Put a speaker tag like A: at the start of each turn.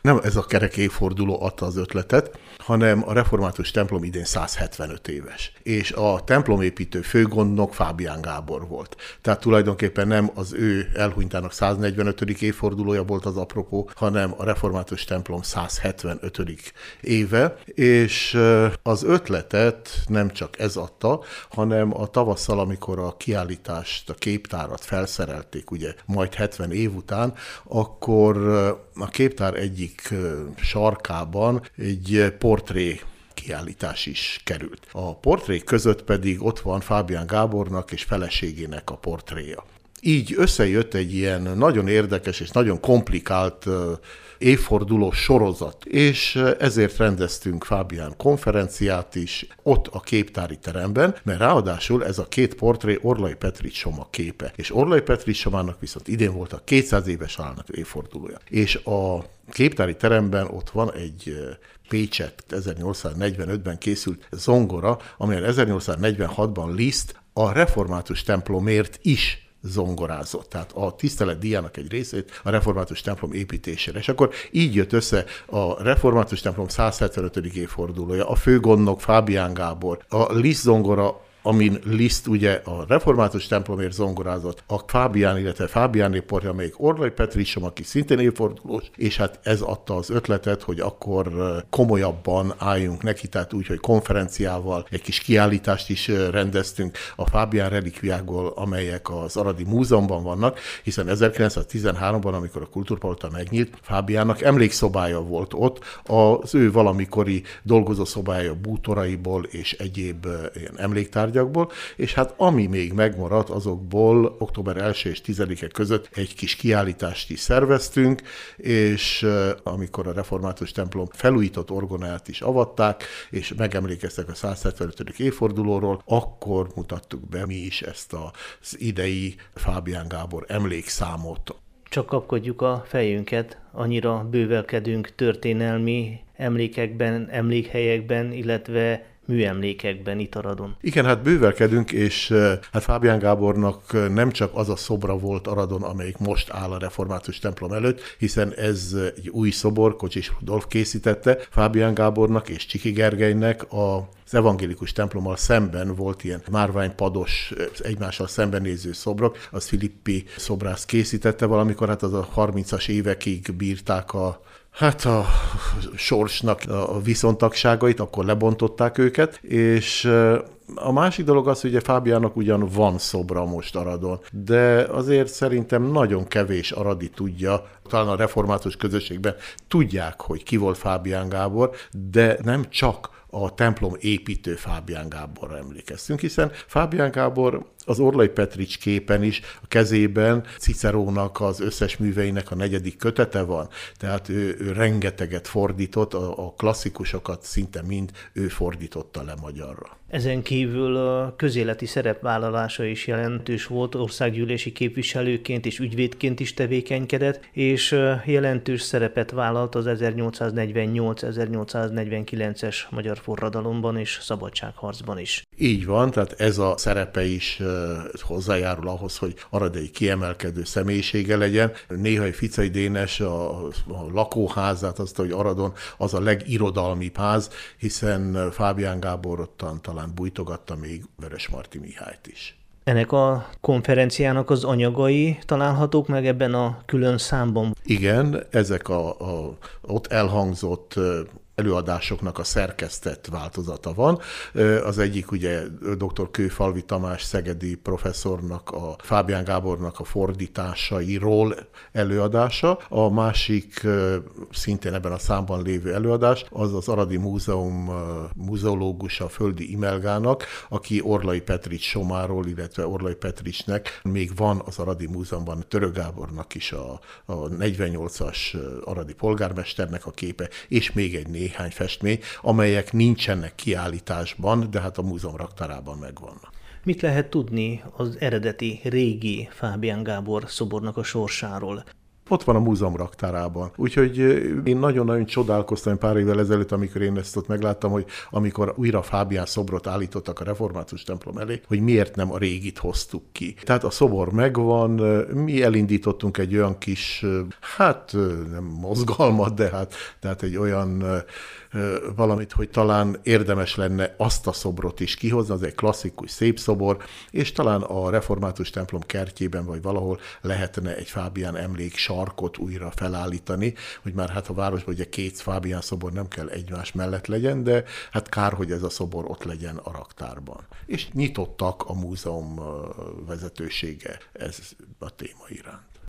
A: nem ez a kerek évforduló adta az ötletet, hanem a református templom idén 175 éves. És a templomépítő főgondnok Fábián Gábor volt. Tehát tulajdonképpen nem az ő elhunytának 145. évfordulója volt az apropó, hanem a református templom 175. éve, és az ötletet nem csak ez adta, hanem a tavasszal, amikor a kiállítást, a képtárat felszerelték, ugye majd 70 év után, akkor a képtár egyik sarkában egy portré kiállítás is került. A portrék között pedig ott van Fábián Gábornak és feleségének a portréja. Így összejött egy ilyen nagyon érdekes és nagyon komplikált évforduló sorozat, és ezért rendeztünk Fábián konferenciát is ott a képtári teremben, mert ráadásul ez a két portré Orlai Petrics Soma képe, és Orlai Petrics Somának viszont idén volt a 200 éves halálának évfordulója. És a képtári teremben ott van egy Pécset 1845-ben készült zongora, amelyen 1846-ban Liszt a református templomért is zongorázott, tehát a tiszteletdíjának egy részét a református templom építésére. És akkor így jött össze a református templom 175. évfordulója, a főgondnok Fábián Gábor, a Liszt zongora, amin Liszt ugye a református templomért zongorázott, a Fábián, illetve Fábiánné porja, amelyik Orlai Petrics Soma, aki szintén évfordulós, és hát ez adta az ötletet, hogy akkor komolyabban álljunk neki, tehát úgy, hogy konferenciával egy kis kiállítást is rendeztünk a Fábián relikviákból, amelyek az Aradi Múzeumban vannak, hiszen 1913-ban, amikor a Kultúrpalota megnyílt, Fábiánnak emlékszobája volt ott, az ő valamikori dolgozószobája bútoraiból és egyéb ilyen emléktárgyakból, és hát ami még megmaradt, azokból október 1 és 10-e között egy kis kiállítást is szerveztünk, és amikor a református templom felújított orgonáját is avatták, és megemlékeztek a 175. évfordulóról, akkor mutattuk be mi is ezt az idei Fábián Gábor emlékszámot.
B: Csak kapkodjuk a fejünket, annyira bővelkedünk történelmi emlékekben, emlékhelyekben, illetve műemlékekben itt Aradon.
A: Igen, hát bővelkedünk, és hát Fábián Gábornak nem csak az a szobra volt Aradon, amelyik most áll a református templom előtt, hiszen ez egy új szobor, Kocsis Rudolf készítette Fábián Gábornak és Csiki Gergelynek az evangélikus templommal szemben volt ilyen márványpados, egymással szembenéző szobrok, az Filippi szobrász készítette valamikor, hát az a 30-as évekig bírták a sorsnak a viszontagságait, akkor lebontották őket, és a másik dolog az, hogy ugye Fábiánnak ugyan van szobra most Aradon, de azért szerintem nagyon kevés aradi tudja, talán a református közösségben tudják, hogy ki volt Fábián Gábor, de nem csak a templom építő Fábián Gáborra emlékeztünk, hiszen Fábián Gábor az Orlai Petrics képen is a kezében Cicerónak az összes műveinek a 4. kötete van, tehát ő rengeteget fordított, a klasszikusokat szinte mind ő fordította le magyarra.
B: Ezen kívül a közéleti szerepvállalása is jelentős volt, országgyűlési képviselőként és ügyvédként is tevékenykedett, és jelentős szerepet vállalt az 1848-1849-es magyar forradalomban és szabadságharcban is.
A: Így van, tehát ez a szerepe is hozzájárul ahhoz, hogy aradai kiemelkedő személyisége legyen. Néha Ficai Dénes a lakóházát, azt, hogy Aradon az a legirodalmibb ház, hiszen Fábián Gábor ottan talán bújtogatta még Vörösmarty Mihályt is.
B: Ennek a konferenciának az anyagai találhatók meg ebben a külön számban?
A: Igen, ezek ott elhangzott előadásoknak a szerkesztett változata van. Az egyik ugye dr. Kőfalvi Tamás szegedi professzornak, a Fábián Gábornak a fordításairól előadása. A másik szintén ebben a számban lévő előadás az az Aradi Múzeum muzeológusa Földi Imelgának, aki Orlai Petrics Somáról, illetve Orlai Petricsnek még van az Aradi Múzeumban Török Gábornak is a 48-as aradi polgármesternek a képe, és még egy néhány festmény, amelyek nincsenek kiállításban, de hát a múzeum raktárában megvannak.
B: Mit lehet tudni az eredeti régi Fábián Gábor szobornak a sorsáról?
A: Ott van a múzeum raktárában. Úgyhogy én nagyon-nagyon csodálkoztam pár évvel ezelőtt, amikor én ezt ott megláttam, hogy amikor újra Fábián szobrot állítottak a református templom elé, hogy miért nem a régit hoztuk ki. Tehát a szobor megvan, mi elindítottunk egy olyan kis, nem mozgalmat, de tehát egy olyan valamit, hogy talán érdemes lenne azt a szobrot is kihozni, az egy klasszikus, szép szobor, és talán a református templom kertjében, vagy valahol lehetne egy Fábián emlék sarkot újra felállítani, hogy már a városban ugye 2 Fábián szobor nem kell egymás mellett legyen, de kár, hogy ez a szobor ott legyen a raktárban. És nyitottak a múzeum vezetősége ez a téma iránt.